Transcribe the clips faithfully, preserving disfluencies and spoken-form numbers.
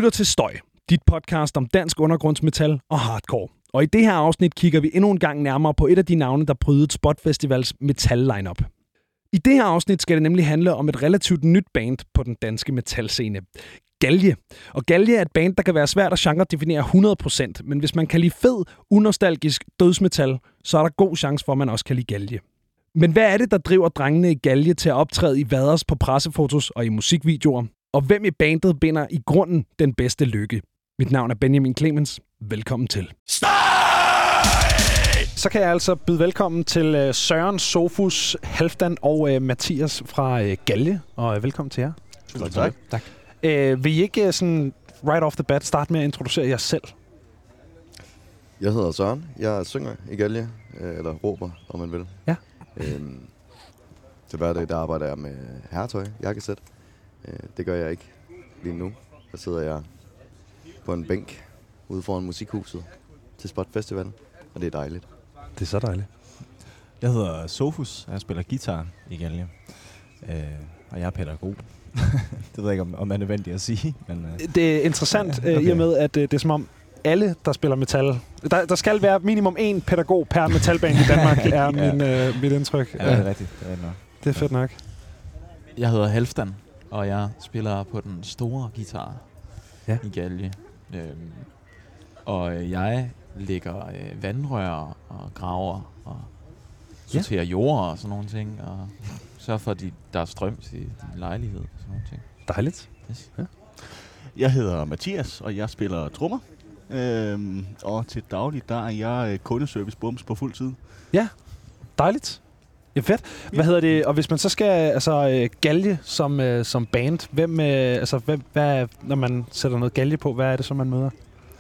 lytter til Støj, dit podcast om dansk undergrundsmetal og hardcore. Og i det her afsnit kigger vi endnu en gang nærmere på et af de navne, der prydede Spot Festivals metal-lineup. I det her afsnit skal det nemlig handle om et relativt nyt band på den danske metalscene. Galge. Og Galge er et band, der kan være svært at genre-definere hundrede procent, men hvis man kan lide fed, unostalgisk dødsmetal, så er der god chance for, at man også kan lide Galge. Men hvad er det, der driver drengene i Galge til at optræde i vaders på pressefotos og i musikvideoer? Og hvem i bandet binder i grunden den bedste lykke? Mit navn er Benjamin Clemens. Velkommen til. Støj! Så kan jeg altså byde velkommen til uh, Søren, Sofus, Halfdan og uh, Mathias fra uh, Galge. Og uh, velkommen til jer. Tak. tak. tak. Uh, vil I ikke uh, sådan right off the bat starte med at introducere jer selv? Jeg hedder Søren. Jeg synger i Galge, uh, eller råber, om man vil. Ja. Uh, til hverdag, der arbejder jeg med herretøj, jakkesæt. Uh, det gør jeg ikke lige nu. Der sidder jeg på en bænk ude foran musikhuset til Spot Festival, og det er dejligt. Det er så dejligt. Jeg hedder Sofus, og jeg spiller guitar i Galge. Øh, og jeg er pædagog. Det ved jeg ikke, om, om det er nødvendigt at sige. Men, øh. Det er interessant, ja, okay. i og med, at øh, det er som om alle, der spiller metal... Der, der skal være minimum én pædagog per metalband i Danmark, er ja. min, øh, mit indtryk. Ja, det er rigtigt. Det er, nok. Det er fedt nok. Jeg hedder Halfdan, og jeg spiller på den store guitar ja. i Galge. Øhm, og jeg lægger øh, vandrør og graver og sorterer ja. jord og sådan nogle ting, og sørger for, at de, der er strøm til din lejlighed og sådan nogle ting. Dejligt. Yes. Ja. Jeg hedder Mathias, og jeg spiller trommer. Øhm, og til dagligt, der er jeg kundeservice bums på fuld tid. Ja, dejligt. Ja, fedt. Hvad ja. hedder det? Og hvis man så skal altså Galge som uh, som band, hvem uh, altså hvem, hvad når man sætter noget Galge på, hvad er det så man møder?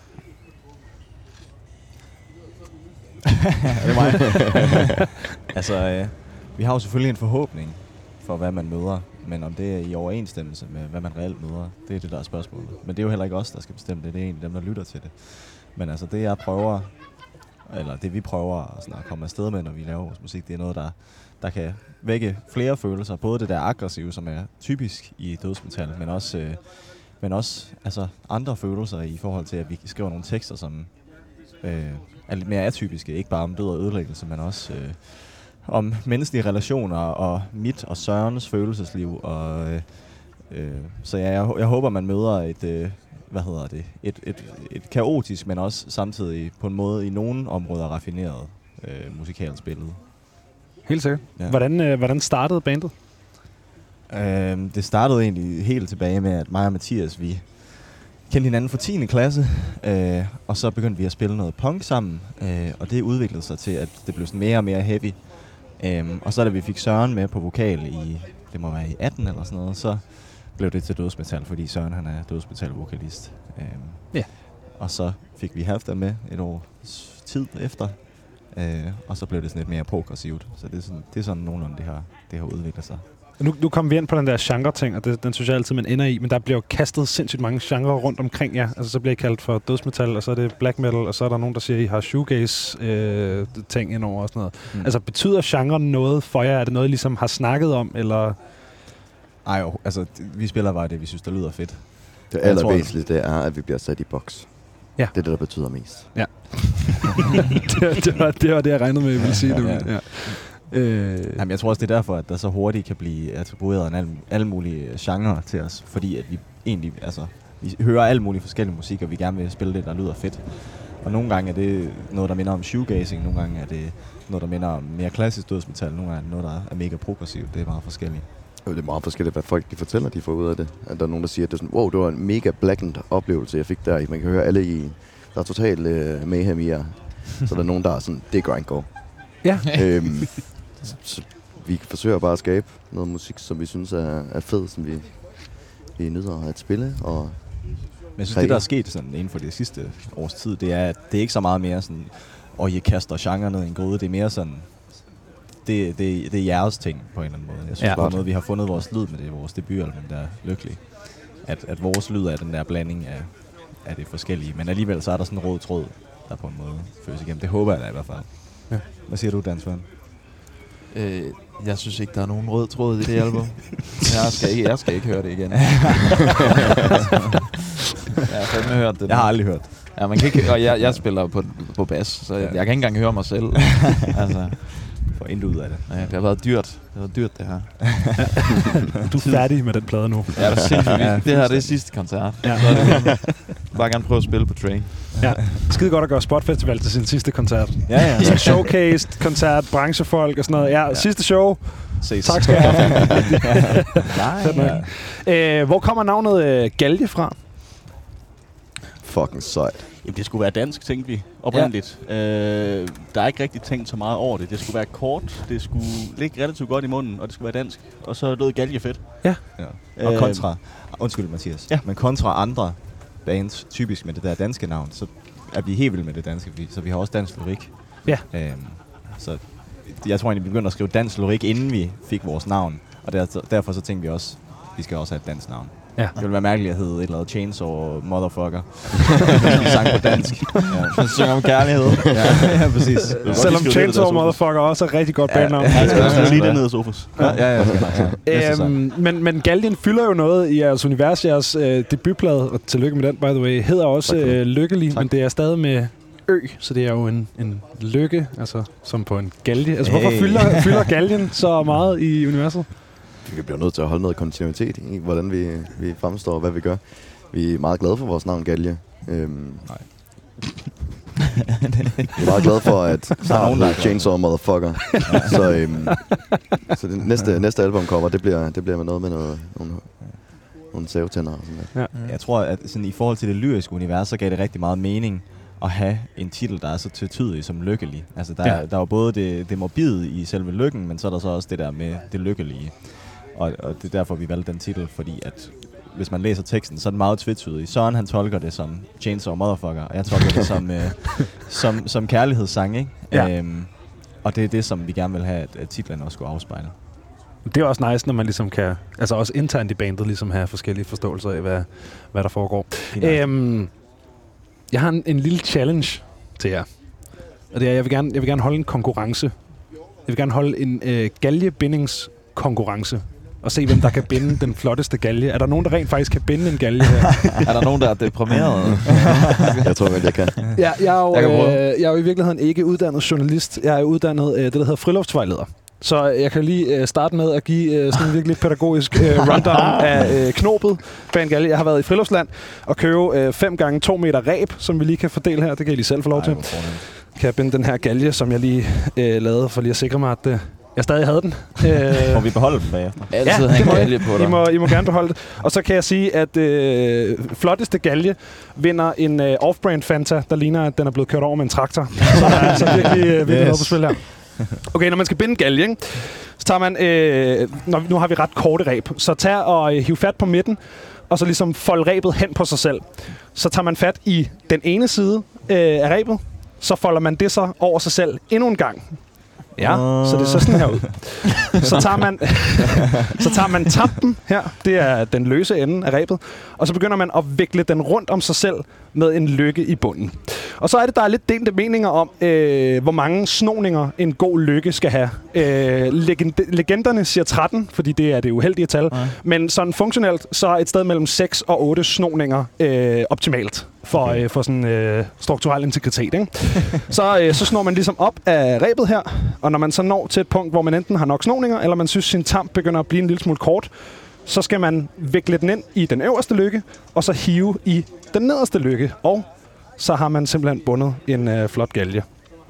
Det er mig. altså, øh, vi har jo selvfølgelig en forhåbning for, hvad man møder, men om det er i overensstemmelse med, hvad man reelt møder, det er det, der er spørgsmålet. Men det er jo heller ikke os, der skal bestemme det, det er egentlig dem, der lytter til det. Men altså, det jeg prøver, eller det vi prøver at, sådan, at komme afsted med, når vi laver vores musik, det er noget, der, der kan vække flere følelser. Både det der aggressive, som er typisk i dødsmetal, men også, øh, men også altså, andre følelser i forhold til, at vi skriver nogle tekster, som øh, er lidt mere atypiske. Ikke bare om død og ødelæggelse, men også øh, om menneskelige relationer og mit og Sørens følelsesliv. Og, øh, øh, så ja, jeg, jeg håber, man møder et... Øh, hvad hedder det, et, et, et kaotisk, men også samtidig på en måde i nogle områder raffineret øh, musikalsk billede. Helt sikkert. Ja. Hvordan, øh, hvordan startede bandet? Øh, det startede egentlig helt tilbage med, at mig og Mathias, vi kendte hinanden fra tiende klasse, øh, og så begyndte vi at spille noget punk sammen, øh, og det udviklede sig til, at det blev sådan mere og mere heavy. Øh, og så da vi fik Søren med på vokal i, det må være i atten eller sådan noget, så blev det til dødsmetal, fordi Søren han er dødsmetal-vokalist. Øhm, ja. Og så fik vi Halfdan med et år tid efter, øh, og så blev det sådan lidt mere progressivt. Så det er sådan, det er sådan nogenlunde, det har, det har udviklet sig. Nu, nu kommer vi ind på den der genre-ting, og det, den synes jeg altid, man ender i, men der bliver jo kastet sindssygt mange genrer rundt omkring jer. Altså så bliver I kaldt for dødsmetal, og så er det black metal, og så er der nogen, der siger, at I har shoegaze-ting øh, indover og sådan noget. Mm. Altså betyder genren noget for jer? Er det noget, I ligesom har snakket om, eller... Ej jo, altså vi spiller bare det, vi synes, der lyder fedt. Det allervæsentligste, det er, at vi bliver sat i boks. Ja. Det er det, der betyder mest. Ja. det, det, var, det var det, jeg regnede med, at jeg ville sige. Ja. Ja. Øh. Jamen, jeg tror også, det er derfor, at der så hurtigt kan blive attribueret en alle, alle mulige genrer til os. Fordi at vi egentlig, altså, vi hører alle mulige forskellige musik, og vi gerne vil spille det, der lyder fedt. Og nogle gange er det noget, der minder om shoegazing, nogle gange er det noget, der minder om mere klassisk dødsmetal, nogle gange er det noget, der er mega progressivt. Det er meget forskelligt. Det er meget forskelligt, hvad folk de fortæller, de får ud af det. At der er nogen, der siger, at det er sådan, wow, det var en mega blackened oplevelse, jeg fik der. Man kan høre alle i, der er totalt uh, mayhem i jer. Så der er nogen, der er sådan, det er grindcore. Ja. øhm, så, så vi forsøger bare at skabe noget musik, som vi synes er, er fed, som vi, vi nyder at spille. Og Men jeg synes, det der er sket sådan, inden for det sidste års tid, det er, at det er ikke så meget mere sådan, og I kaster genre ned i en gryde. Det er mere sådan, Det, det, det er jeres ting på en eller anden måde. Jeg synes ja, bare noget, vi har fundet vores lyd med det, vores debutalbum, der er lykkelig. At, at vores lyd er den der blanding af, af det forskellige. Men alligevel så er der sådan en rød tråd, der på en måde føles igennem. Det håber jeg da i hvert fald. Ja. Hvad siger du, Dansvand? Øh, jeg synes ikke, der er nogen rød tråd i det album. jeg, skal ikke, jeg skal ikke høre det igen. Jeg har fandme hørt det. Jeg har aldrig hørt. Ja, man kan ikke, og jeg, jeg spiller på, på bas, så jeg, jeg kan ikke engang høre mig selv. Altså, For intet ud af det. ja, det har været dyrt. Det har været dyrt, det her. Du er færdig med den plade nu. Ja, det er sindssygt. Ja, Det her det er sidste koncert. Ja. Så er det bare, bare gerne prøve at spille på Train. Ja. Skide godt at gøre Spot Festival til sin sidste koncert. Ja, ja. Så showcased, koncert, branchefolk og sådan noget. Ja, ja. Sidste show. Ses. Tak skal jeg have. Nej, ja. øh, hvor kommer navnet øh, Galge fra? Fucking sejt. Jamen, det skulle være dansk, tænkte vi oprindeligt. Ja. Øh, der er ikke rigtig tænkt så meget over det. Det skulle være kort, det skulle ligge relativt godt i munden, og det skulle være dansk. Og så lød Galge fedt. Ja. Ja. Og kontra, undskyld Mathias, Ja. men kontra andre bands, typisk med det der danske navn, så er vi helt vilde med det danske, så vi har også dansk lyrik. Ja. Øhm, så jeg tror egentlig, vi begyndte at skrive dansk lyrik, inden vi fik vores navn, og der, derfor så tænkte vi også, vi skal også have et dansk navn. Ja. Det ville være mærkeligt at hedde et eller andet Chainsaw Motherfucker. Vi sang på dansk. Ja. Man synger om kærlighed. Ja, ja, præcis. Selvom Chainsaw Motherfucker også er et rigtig godt Ja, bandnavn. ja, Jeg skal også Ja. lige det ned, Sofus. Ja, ja, ja. ja. Øhm, men, men Galgen fylder jo noget i jeres univers. Jeres øh, debutplade, og tillykke med den, by the way, hedder også Tak for det. øh, Lykkelig, Tak. men det er stadig med ø, så det er jo en, en lykke, altså som på en galge. Altså hvorfor Hey. fylder, fylder Galgen så meget i universet? Vi bliver nødt til at holde noget kontinuitet i, hvordan vi, vi fremstår og hvad vi gør. Vi er meget glade for vores navn, Galge. Øhm, Nej. vi er meget glade for, at snart nogen, der er hedder Chainsaw Motherfucker. så øhm, så det næste, næste albumcover, det bliver, det bliver med noget med noget, nogle, nogle sævetænder og sådan noget. Jeg tror, at sådan, i forhold til det lyriske univers, så gav det rigtig meget mening at have en titel, der er så tvetydig som lykkelig. Altså, der, Ja. er, der er jo både det, det morbide i selve lykken, men så er der så også det der med det lykkelige. Og, og det er derfor, vi valgte den titel, fordi at hvis man læser teksten, så er den meget tvetydig. Søren, han tolker det som Chainsaw Motherfucker, og jeg tolker det som, øh, som, som kærlighedssang, ikke? Ja. Øhm, og det er det, som vi gerne vil have, at, at titlen også skulle afspejle. Det er også nice, når man ligesom kan, altså også internt i bandet, ligesom have forskellige forståelser af, hvad, hvad der foregår. Øhm, jeg har en, en lille challenge til jer. Og det er, jeg vil gerne, jeg vil gerne holde en konkurrence. Jeg vil gerne holde en øh, galgebindingskonkurrence. Og se, hvem der kan binde den flotteste galge. Er der nogen, der rent faktisk kan binde en galge her? Er der nogen, der er deprimeret? Jeg tror godt, jeg kan. Ja, jeg, er jo, Jeg kan prøve. øh, jeg er jo i virkeligheden ikke uddannet journalist. Jeg er uddannet øh, det, der hedder friluftsvejleder. Så jeg kan lige øh, starte med at give øh, sådan en virkelig pædagogisk øh, rundown af øh, knopet bag en galge. Jeg har været i friluftsland og købe øh, fem gange to meter reb, som vi lige kan fordele her. Det kan jeg lige selv få lov til. Kan jeg binde den her galge, som jeg lige øh, lavede, for lige at sikre mig, at øh, jeg stadig havde den. Må Øh, vi beholde dem bagefter? Altid Ja, have det en må galge på I dig. må, I må gerne beholde det. Og så kan jeg sige, at øh, flotteste galge vinder en øh, off-brand Fanta, der ligner, at den er blevet kørt over med en traktor. Så der er altså virkelig, øh, virkelig Yes. noget på spil her. Okay, når man skal binde en galge, ikke? Så tager man, øh, når, nu har vi ret korte reb, så tag og øh, hiv fat på midten, og så ligesom fold rebet hen på sig selv. Så tager man fat i den ene side øh, af rebet, så folder man det så over sig selv endnu en gang. Ja, så det ser sådan her ud. Så tager man, så tager man tampen her, det er den løse ende af rebet, og så begynder man at vikle den rundt om sig selv med en lykke i bunden. Og så er det, der er lidt delte meninger om, øh, hvor mange snoninger en god lykke skal have. Øh, legend- legenderne siger tretten, fordi det er det uheldige tal, ja. Men sådan funktionelt, så er et sted mellem seks og otte snoninger øh, optimalt for, okay. øh, for sådan øh, strukturel integritet. Ikke? så, øh, så snor man ligesom op af rebet her, og når man så når til et punkt, hvor man enten har nok snoninger, eller man synes, sin tamp begynder at blive en lille smule kort, så skal man vikle den ind i den øverste lykke, og så hive i den nederste lykke. Og så har man simpelthen bundet en øh, flot galge.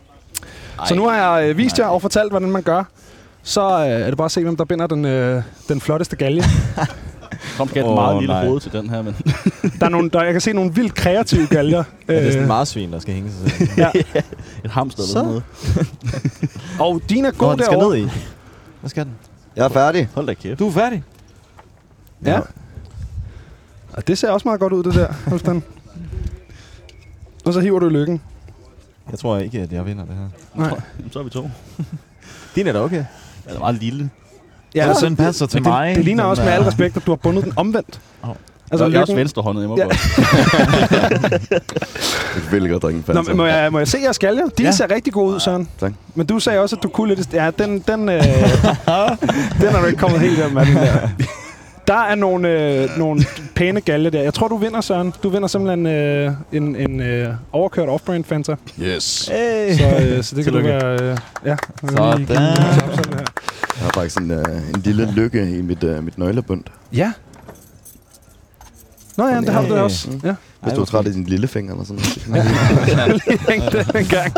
Ej, så nu har jeg øh, vist jer og fortalt, hvordan man gør. Så øh, er det bare at se, hvem der binder den, øh, den flotteste galge. Kom, skal Åh, et meget lille nej. hoved til den her, men... Der er nogle, der, jeg kan se nogle vildt kreative galger. Ja, det er sådan Øh, en marsvin, der skal hænge sig selv. ja. et hamster Så. eller noget. Og din er Nå, god den skal ned derovre. i. Hvad skal den? Jeg er færdig. Hold da kæft. Du er færdig. Ja. Og det ser også meget godt ud, det der. Holstein. Og så hiver du i lykken. Jeg tror ikke, at jeg vinder det her. Nej. Så er vi to. Din er da okay. Den er meget lille. Ja, Så den passer til men det, mig. det ligner Den også med er- al respekt, at du har bundet den omvendt. Oh. Altså, Jeg er også lykken- venstrehåndet, jeg må Ja. ja. godt. Jeg vil godt drikke en Nå, Fanta. må jeg, må jeg se jeres galger? De Ja. ser rigtig gode ud, Søren. Tak. Men du sagde også, at du kunne lidt... Ja, den, den, øh, den er du ikke kommet helt hjem med, den der. Der er nogle, øh, nogle pæne galge der. Jeg tror, du vinder, Søren. Du vinder simpelthen øh, en, en øh, overkørt off-brand Fanta. Yes. Hey. Så, øh, så det kan du være... Øh, ja. Sådan. Her. Jeg har faktisk en, øh, en lille lykke i mit, øh, mit nøglebund. Ja. Nå ja, det har du da også. Mm. Ja. Hvis du er træt af din lille finger eller sådan noget. Lige hængt den en gang.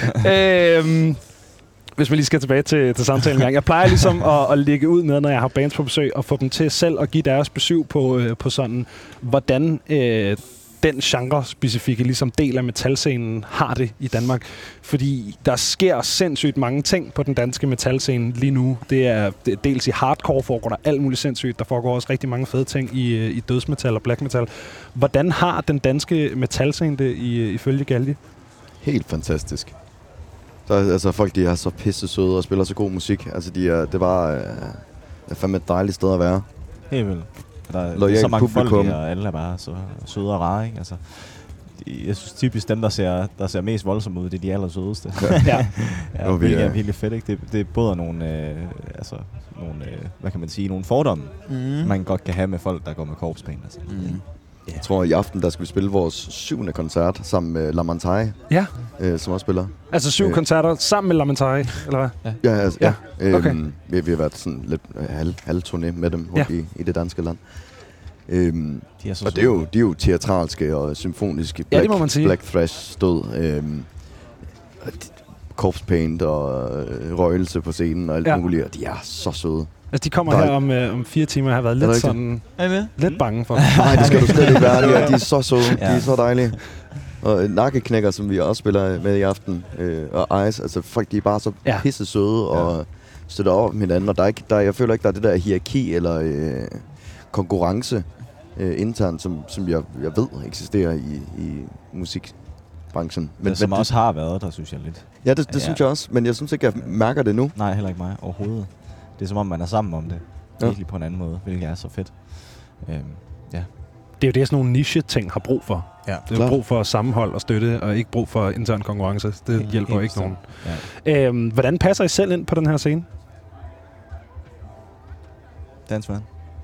øhm, hvis man lige skal tilbage til, til samtalen en gang. Jeg plejer ligesom at, at lægge ud med, når jeg har bands på besøg, og få dem til selv at give deres besøg på, øh, på sådan, hvordan øh, den genre-specifikke ligesom del af metalscenen har det i Danmark. Fordi der sker sindssygt mange ting på den danske metalscene lige nu. Det er det, dels i hardcore foregår der alt muligt sindssygt. Der foregår også rigtig mange fede ting i, i dødsmetal og black metal. Hvordan har den danske metalscene det i, ifølge Galge? Helt fantastisk. Der er, altså, folk de er så pisse søde og spiller så god musik. Altså, de er, det var øh, er fandme et dejligt sted at være. Helt vildt. Der er, Loyal der er så mange publikum. folk i, og alle er bare så søde og rare, ikke? Altså, de, jeg synes typisk dem, der ser, der ser mest voldsomme ud, det er de allersødeste. Ja. Ja, vi hvilket er er- virkelig fedt, ikke? Det, det er både nogle, øh, altså, nogle øh, hvad kan man sige, nogle fordomme, Mm. man godt kan have med folk, der går med korpspain. Altså. Mm. Jeg tror, i aften der skal vi spille vores syvende koncert sammen med Lamantai, Ja, øh, som også spiller. altså syv Øh. koncerter sammen med Lamentari, eller hvad? Ja, altså, Ja, ja. Øhm, okay. vi, vi har været sådan lidt øh, halv, halv turné med dem Ja. ja. i, i det danske land. Øhm, De er så og det er, jo, de er jo teatralske og symfoniske. Ja, det Black, må man sige. Black thrash stød. Øhm, og de- corpse paint og øh, røgelse på scenen og alt Ja. ja. muligt. Og de er så søde. Altså, de kommer Der er- her om, øh, om fire timer. Jeg har været det lidt rigtigt? sådan... Er I med? Lidt bange for. Nej, det skal du slet ikke være. De er, de er så søde. Ja. Ja. De er så dejlige. Og øh, Nakkeknækker, som vi også spiller med i aften, øh, og Ice, altså folk, de er bare så Ja. ja. pisse søde og støtter over med hinanden. Og der er ikke, der, jeg føler ikke, der er det der hierarki eller øh, konkurrence øh, internt, som, som jeg, jeg ved eksisterer i, i musikbranchen. Men, som også har været der, synes jeg lidt. Ja, det, det Ja. synes jeg også, men jeg synes ikke, jeg mærker det nu. Nej, heller ikke mig overhovedet. Det er som om, man er sammen om det. Ja. Virkelig på en anden måde, hvilket er så fedt. Øhm, ja. Det er jo det, sådan nogle niche-ting har brug for. Ja. Det er jo Klart. brug for sammenhold og støtte, og ikke brug for intern konkurrence. Det Helt- hjælper helt ikke nogen. Ja. Øhm, hvordan passer I selv ind på den her scene? Dansman.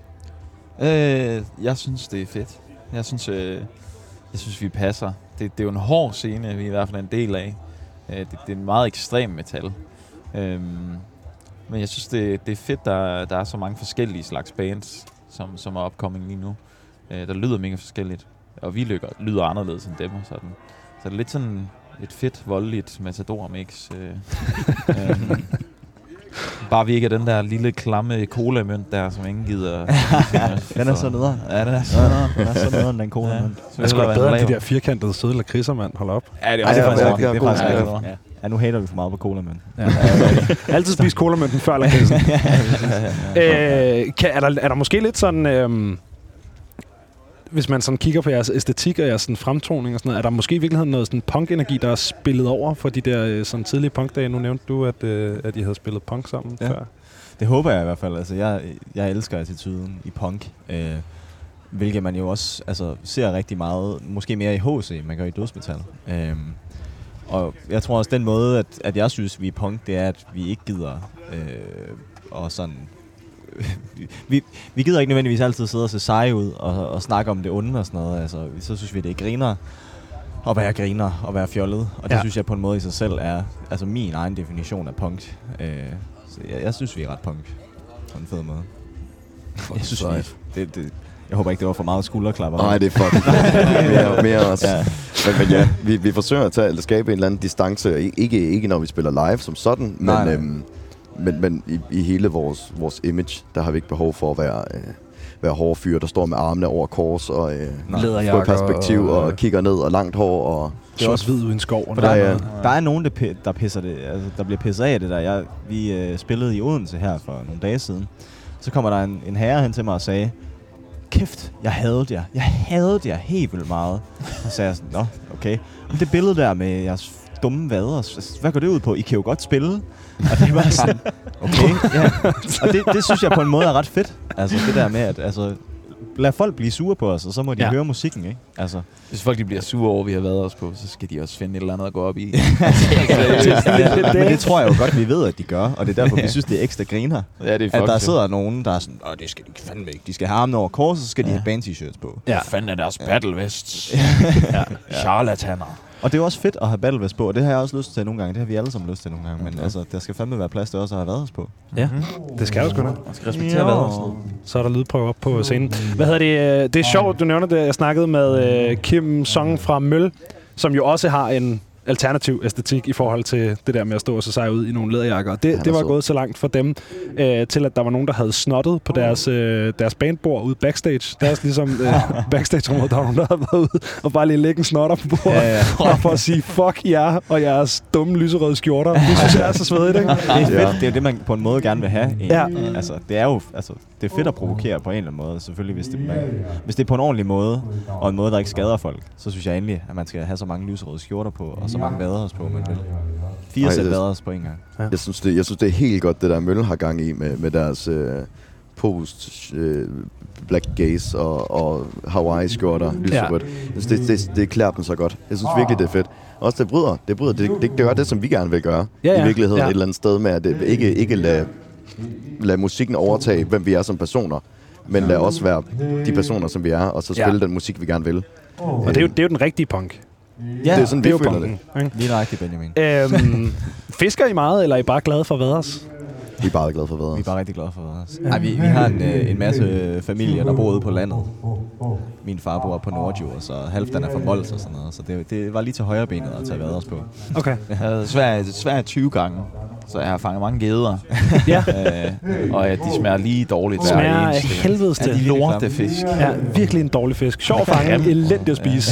Øh, jeg synes, det er fedt. Jeg synes, øh, jeg synes vi passer. Det, det er jo en hård scene, vi er i hvert fald en del af. Øh, det, det er en meget ekstrem metal. Øhm, men jeg synes, det, det er fedt, der, der er så mange forskellige slags bands, som, som er upcoming lige nu. Øh, der lyder mega forskelligt. Og vi lyder, lyder anderledes end dem og sådan. Så det er lidt sådan et fedt, voldeligt Matador-mix. Øh, øhm, bare vi ikke er den der lille, klamme cola-mønt der, som ingen gider. Den er så nederen. Ja, den er så nederen. Den er så nederen, den cola. Ja. Ja. Det skulle være bedre end de der firkantede søde lakridser, mand. Hold op. Ja, det er Ej, også det er faktisk ja, rigtigt. ja, Det er god faktisk smag. rigtigt. Ja. Ja, nu hater vi for meget på cola, men. Ja. Altid spise cola-mønten før lakridsen. øh, kan, er, der, er der måske lidt sådan... Øhm, hvis man sådan kigger på jeres æstetik og jeres sådan fremtoning og sådan noget, er der måske i virkeligheden noget sådan punk-energi, der er spillet over for de der øh, sådan tidlige punkdage? Nu nævnte du, at, øh, at I havde spillet punk sammen Ja. før. Det håber jeg i hvert fald. Altså, jeg, jeg elsker attituden i punk. Øh, hvilket man jo også altså, ser rigtig meget, måske mere i H C, man gør i dødsmetal. Øh, og jeg tror også, den måde, at, at jeg synes, vi er punk, det er, at vi ikke gider øh, og sådan... vi, vi gider ikke nødvendigvis altid sidde og se seje ud og, og snakke om det onde og sådan noget. Altså, så synes vi, det er griner at være griner og være fjollet. Og det Ja. ja. synes jeg på en måde i sig selv er altså min egen definition af punk. Øh, så jeg, jeg synes, vi er ret punk. På en fed måde. Jeg synes, sejt. vi, det, det, jeg håber ikke, det var for meget skulderklapper. Nej, det er fucking mere, mere også. Ja. Men, men ja, vi, vi forsøger at tage, eller skabe en eller anden distance. I- Ikke, ikke når vi spiller live som sådan, men, Nej, nej. øhm, men, men i, i hele vores, vores image, der har vi ikke behov for at være, øh, være hårde fyre, der står med armene over kors og øh, Læderjakker får et perspektiv og, og- og kigger ned og langt hår. Og Det er også hvid uden skov. For der, Ja, er, ja. der er nogen, der, pi- der pisser det, altså, der bliver pisset af det der. Jeg, vi øh, spillede i Odense her for nogle dage siden. Så kommer der en, en herre hen til mig og sagde, kæft, jeg hadede jer. Jeg hadede jer helt vildt meget. Og så sagde jeg sådan, nå, okay. Men det billede der med jeres dumme vader, hvad går det ud på? I kan jo godt spille. Og det var sådan, okay, ja. Og det, det synes jeg på en måde er ret fedt. Altså det der med, at altså, lad folk blive sure på os, og så må de Ja. høre musikken, ikke? Altså. Hvis folk de bliver sure over, at vi har været os på, så skal de også finde et eller andet at gå op i. Ja, men det tror jeg jo godt, vi ved, at de gør, og det er derfor, vi synes, det er ekstra griner. Ja, det er At der fuck sidder nogen, der er sådan, åh, det skal de fandme ikke. De skal have armene over kors, så skal de Ja. have band-t-shirts på. Ja. Hvad fanden er deres battlevest? ja. Charlataner. Og det er jo også fedt at have battlevest på, og det har jeg også lyst til nogle gange. Det har vi alle sammen lyst til nogle gange, men altså, der skal fandme være plads til også at have været os på. Ja, det skal der sgu da. Man skal respektere hvad også. Så er der lydprøve op på scenen. Hvad hedder det? Det er sjovt, du nævner det. Jeg snakkede med uh, Kim Song fra Møl, som jo også har en alternativ æstetik i forhold til det der med at stå og så sig ud i nogle læderjakker. Det, det var gået så langt for dem, øh, til at der var nogen, der havde snottet på deres, øh, deres bandbord ude backstage. Deres ligesom øh, backstage-område, der var nogen, der havde været ude og bare lige lægge en snotter på bordet. Ja, ja. Og for at sige, fuck jer og jeres dumme lyserøde skjorter. Det synes jeg er så svedigt, ikke? Det er fedt. Det er jo det, man på en måde gerne vil have. Ja. Altså, det er jo altså, det er fedt at provokere på en eller anden måde. Selvfølgelig, hvis det, man, hvis det er på en ordentlig måde, og en måde, der ikke skader folk, så synes jeg endelig, at man skal have så mange lyserøde skjorter på, og så mange vaders på, man vil. Fire sæt vaders på en gang. Ja. Jeg, synes, det, jeg synes, det er helt godt, det der Mølle har gang i med, med deres øh, post øh, black gaze og, og Hawaii-skjorter. Ja. Jeg synes, det, det, det klæder dem så godt. Jeg synes virkelig, det er fedt. Også det bryder. Det, bryder. Det, det, det gør det, som vi gerne vil gøre. Ja, ja. I virkeligheden ja. et eller andet sted med, at det ikke, ikke lade, lade musikken overtage, hvem vi er som personer. Men lad os være de personer, som vi er, og så spille ja. den musik, vi gerne vil. Og det er jo, det er jo den rigtige punk. Ja, det er sådan, det vi er føler punken, det. Lige nøjagtigt, Benjamin. Øhm, fisker I meget, eller er I bare glade for vaders? Vi er bare glade for vaders. Vi er bare rigtig glade for vaders. Ja. Ej, vi, vi har en, øh, en masse familier, der bor ude på landet. Min far bor på Nordjord, så halvdelen er fra Mols og sådan noget. Så det, det var lige til højre benet at tage vaders på. Okay. Jeg havde Sverige, Sverige tyve gange, så jeg har fanget mange geder. Ja. øh, og ja, de smager lige dårligt. Det smager af helvedes til. Ja, de lortefisk. Ja, virkelig en dårlig fisk. Sjov at fange, elendig at spise.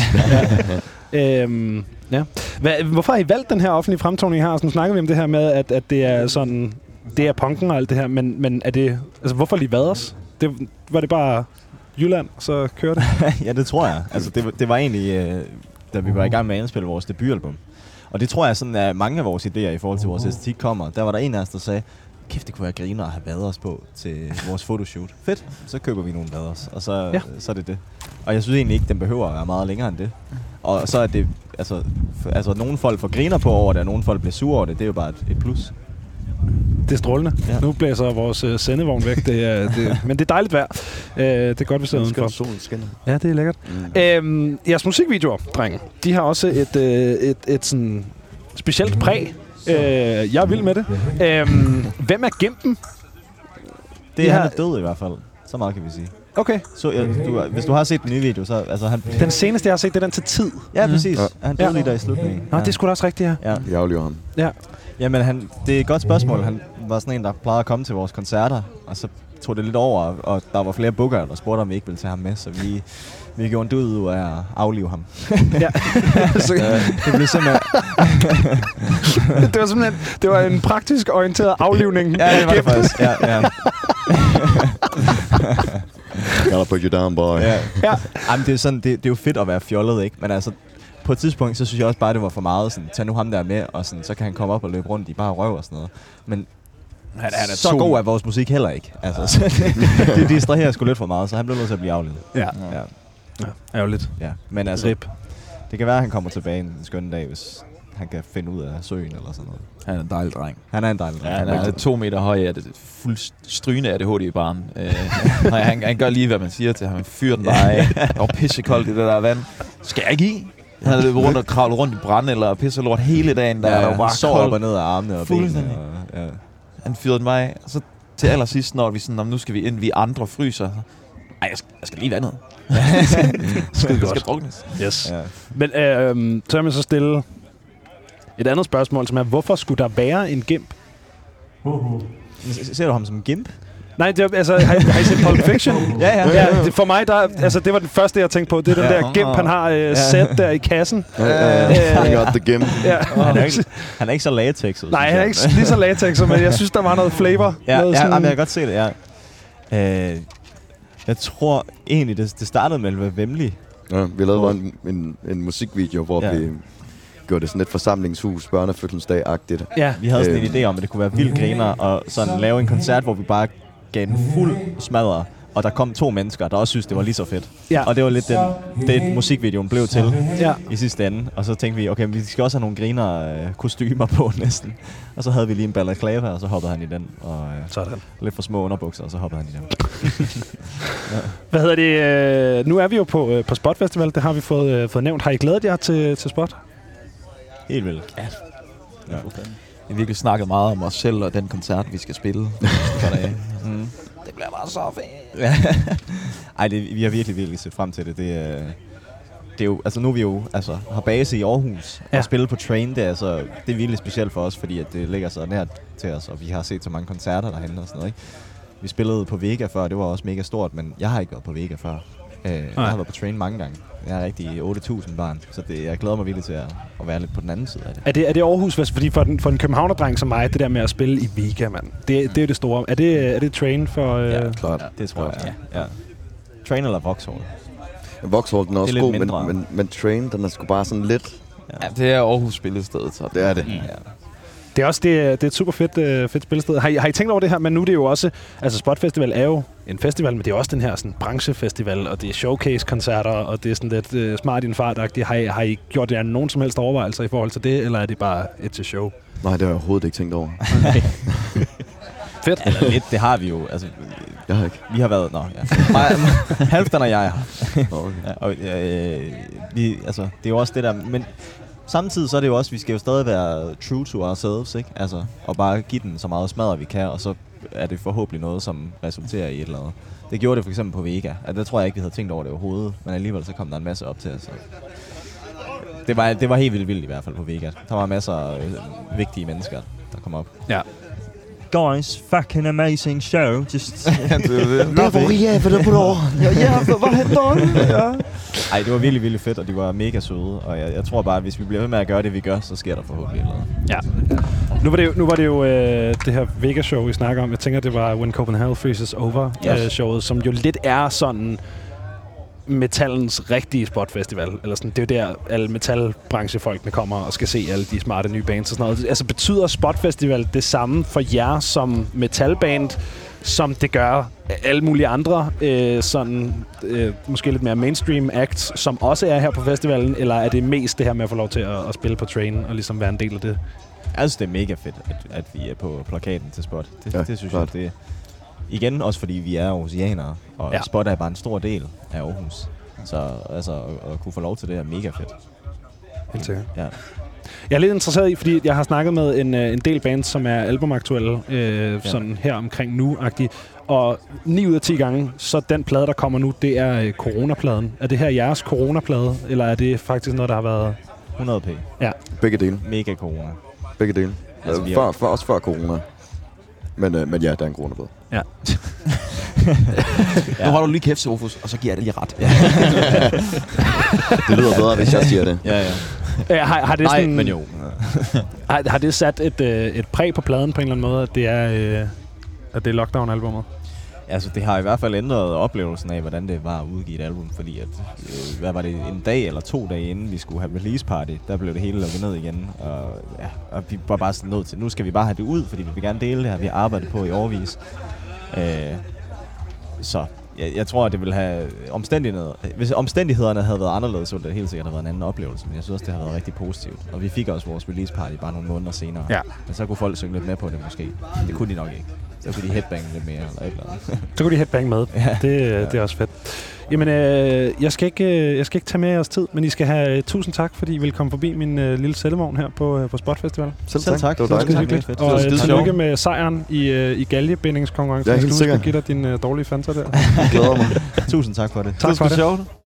Ja. Øhm, ja. Hvad, hvorfor har I valgt den her offentlige fremtoning her? Så nu snakker vi om det her med, at, at det er sådan, det er punken og alt det her, men, men er det, altså hvorfor lige vaders? Det, var det bare Jylland, så kører det? Ja, det tror jeg. Altså, det, det var egentlig, øh, da vi var i gang med at indspille vores debutalbum. Og det tror jeg sådan, at mange af vores idéer i forhold til vores æstetik kommer. Der var der en af os, der sagde, kæft, det kunne være griner at have vaders på til vores fotoshoot. Fedt, så køber vi nogle vaders, og så, ja. så er det det. Og jeg synes egentlig ikke, den behøver at være meget længere end det. Og så er det, altså, for, altså nogle folk får griner på over det, og nogle folk bliver sure over det. Det er jo bare et, et plus. Det er strålende. Ja. Nu blæser vores uh, sendevogn væk. Det er, det, men det er dejligt vejr. Uh, det er godt, vi sidder udenfor. Solen skinner. Ja, det er lækkert. Mm. Øhm, jeres musikvideoer, drenge, de har også et, øh, et, et sådan specielt præg. Øh, jeg er vild med det. Øhm, hvem er Gimpen? Det er, han er død i hvert fald. Så meget kan vi sige. Okay. Så, ja, du, hvis du har set den nye video, så... Altså, han, den seneste, jeg har set, det er den til tid. Ja, præcis. Ja. Han døde ja. lige der i slutningen. Nå, ja. Det er sgu da også rigtigt, ja. ja. Jeg aflever ham. Ja. Jamen, han, det er et godt spørgsmål. Han var sådan en, der plejede at komme til vores koncerter, og så tog det lidt over, og der var flere bookere, der spurgte, om vi ikke ville tage ham med, så vi... Vi gjorde en død ud af at aflive ham. Ja. Så, det blev simpelthen... det var simpelthen det var en praktisk orienteret aflivning. Ja, det var det faktisk. Ja, ja. Gotta put you down, boy. Ja. Ja. Jamen, det er sådan, det, det er jo fedt at være fjollet, ikke? Men altså, på et tidspunkt, så synes jeg også bare, det var for meget. Sådan, tag nu ham der med, og sådan, så kan han komme op og løbe rundt i bare røv og sådan noget. Men han, han er så to. god er vores musik heller ikke. Altså, så det, det distraherer sgu lidt for meget, så han blev nødt til at blive aflevet. Ja. Ja. Ja, ærgerligt. Ja, men altså, Rip. Det kan være, at han kommer tilbage en skønne dag, hvis han kan finde ud af søen eller sådan noget. Han er en dejlig dreng. Han er en dejlig dreng. Ja, han er to meter høj, er det fuld strygende A D H D i barn. Øh, han, han gør lige, hvad man siger til ham. Han fyrer den bare af. Det var pissekoldt i det der vand. Skal jeg ikke i? Han havde løbet rundt og kravlet rundt i brand eller pisse lort hele dagen. Der, ja, der var bare sov op og ned af armene og benene. Og, ja. Han fyrede den bare af. Og så til allersidst, når vi sådan, nu skal vi ind, vi andre fryser. Ej, jeg skal, jeg skal lige vandet. Skide godt. Skal druknes. Yes. Ja. Men øh, så er man så stille et andet spørgsmål, som er, hvorfor skulle der være en gimp? Ser du ham som en gimp? Nej, det er, altså, har, har I set Pulp Fiction? ja, ja. ja det, for mig, der, altså, det var den første, jeg tænkte på. Det er den ja. der gimp, han har øh, sæt der i kassen. Ja, ja, ja. got the gimp. Ja. Han, er ikke, han er ikke så latexet. Nej, han er ikke lige så latexet, men jeg synes, der var noget flavor. Ja, noget ja sådan... jamen, jeg kan godt se det, ja. Øh, jeg tror egentlig, det, det startede med at være vemmeligt. Ja, vi lavede en, en, en musikvideo, hvor ja. vi gjorde det sådan et forsamlingshus, børnefødselsdag-agtigt. Ja. Vi havde sådan en idé om, at det kunne være vildt griner, og sådan lave en koncert, hvor vi bare gav en fuld smadre, Og der kom to mennesker, der også synes det var lige så fedt. Ja. Og det var lidt den, det, musikvideoen blev til Ja. i sidste ende. Og så tænkte vi, okay, vi skal også have nogle griner øh, kostymer på næsten. Og så havde vi lige en balaclava, og så hoppede han i den. Og øh, Sådan. lidt for små underbukser, og så hoppede han i dem. Ja. Hvad hedder det? Øh, nu er vi jo på, øh, på Spot Festival. Det har vi fået, øh, fået nævnt. Har I glædet jer til, til Spot? Helt vildt. Ja. Ja. Vi har virkelig snakket meget om os selv og den koncert, vi skal spille. mm. Det bliver bare så fedt. Ja. Ej, det, vi har virkelig, virkelig set frem til det. Det, øh, det er jo, altså nu er vi jo altså, har base i Aarhus, ja. og spille på Train, det er, altså, det er virkelig specielt for os, fordi at det ligger så nært til os, og vi har set så mange koncerter derhen og sådan noget, ikke? Vi spillede på Vega før, det var også mega stort, men jeg har ikke været på Vega før. Øh, jeg har været på Train mange gange. Jeg er rigtig otte tusind barn, så det, jeg glæder mig virkelig til at, at være lidt på den anden side af det. Er det, er det Aarhus? Fordi for, den, for en københavnerdreng som mig, det der med at spille i Vega, mand, det, det er jo det store. Er det, er det Train for... Øh... Ja, klart. Ja, det tror jeg. Ja. Ja. Train eller Vauxhall? Vauxhall, den er også er god, men, mindre. men, men Train, den er sgu bare sådan lidt... Ja, det er Aarhus spillested, så Det er det. Mm. Ja. Det er også det, det er et super fedt, øh, fedt spillested. Har I, har I tænkt over det her? Men nu er det jo også... Altså, Spot Festival er jo en festival, men det er også den her sådan, branchefestival, og det er showcase-koncerter, og det er sådan lidt øh, smart i en fart-agtigt. Har I, har I gjort jer nogen som helst overvejelser i forhold til det, eller er det bare et til show? Nej, det har jeg overhovedet ikke tænkt over. Fedt. Eller lidt, det har vi jo. Altså, Jeg har ikke. vi har været... Nå, ja. Halvdan og jeg har. Okay. Ja, og, øh, vi, altså, det er jo også det der... Men samtidig så er det jo også, vi skal jo stadig være true to ourselves, ikke? Altså, og bare give den så meget smadret, vi kan, og så er det forhåbentlig noget, som resulterer i et eller andet. Det gjorde det for eksempel på Vega. Altså, der tror jeg ikke, vi havde tænkt over det overhovedet, men alligevel så kom der en masse op til os. Det var, det var helt vildt vildt i hvert fald på Vega. Der var masser af øh, vigtige mennesker, der kom op. Ja. Guys, fucking amazing show. Just Maria, for det på lov. Ja, hvad henter Ej, det var virkelig, virkelig fedt, og de var mega søde. Og jeg, jeg tror bare, at hvis vi bliver ved med at gøre det, vi gør, så sker der forhåbentlig noget. Ja. Nu var det jo, nu var det, jo øh, det her Vega-show, vi snakker om. Jeg tænker, det var When Copenhagen Freezes Over-showet, Yes. øh, som jo lidt er sådan metallens rigtige spotfestival. Eller sådan, det er jo der, alle metalbranchefolkene kommer og skal se alle de smarte nye bands og sådan noget. Altså, betyder spotfestival det samme for jer som metalband, som det gør alle mulige andre, øh, sådan, øh, måske lidt mere mainstream acts, som også er her på festivalen, eller er det mest det her med at få lov til at, at spille på Train og ligesom være en del af det? Altså, det er mega fedt, at, at vi er på plakaten til Spot. Det, Ja, det synes klart. jeg, det igen også fordi vi er aarhusianere, og Ja. ja. Spot er bare en stor del af Aarhus. Så altså, at, at kunne få lov til det er mega fedt. Helt sikkert. Ja. Jeg er lidt interesseret i, fordi jeg har snakket med en, en del bands, som er albumaktuelle, øh, ja. sådan her omkring nu-agtigt. Og ni ud af ti gange, så den plade, der kommer nu, det er øh, coronapladen. Er det her jeres coronaplade, eller er det faktisk noget, der har været... hundrede p. Ja. Begge dele. Mega corona. Begge dele. Altså, Altså, vi er- før, før, også før corona. Men, øh, men ja, der er en coronablad. Ja. Nu holder du lige kæft, Sofus, og så giver jeg det lige ret. Ja. Det lyder bedre, hvis jeg siger det. Ja, ja. Øh, har, har, det Nej, sådan, men jo. har, har det sat et, øh, et præg på pladen på en eller anden måde, at det er, øh, at det er lockdown-albummet? Altså, det har i hvert fald ændret oplevelsen af, hvordan det var at udgive et album, fordi at, øh, hvad var det, en dag eller to dage inden vi skulle have release party, der blev det hele lukket ned igen, og, ja, og vi var bare sådan nødt til, nu skal vi bare have det ud, fordi vi vil gerne dele det her, vi har arbejdet på i årevis. Øh, så jeg, jeg tror, at det ville have omstændigheder. Hvis omstændighederne havde været anderledes, så ville det helt sikkert have været en anden oplevelse, men jeg synes også, det har været rigtig positivt. Og vi fik også vores release party bare nogle måneder senere, Ja. men så kunne folk synge lidt med på det måske. Det kunne de nok ikke. Så kunne de headbange lidt mere, eller et eller andet. Så kunne de headbang med. Ja. Det, øh, det er også fedt. Jamen, øh, jeg, skal ikke, øh, jeg skal ikke tage med jeres tid, men I skal have øh, tusind tak, fordi I ville komme forbi min øh, lille cellevogn her på, øh, på Spot Festival. Selv, Selv tak. Det var Selv dejligt. tak. Hyggeligt. fedt. Og Det var øh, skide tillykke sjovt. med sejren i, øh, i galgebindingskonkurrencen. Ja, Jeg helt skal huske at sikkert. give dig din øh, dårlige Fanta der. Jeg glæder mig. Tusind tak for det. Tak for det. sjovt.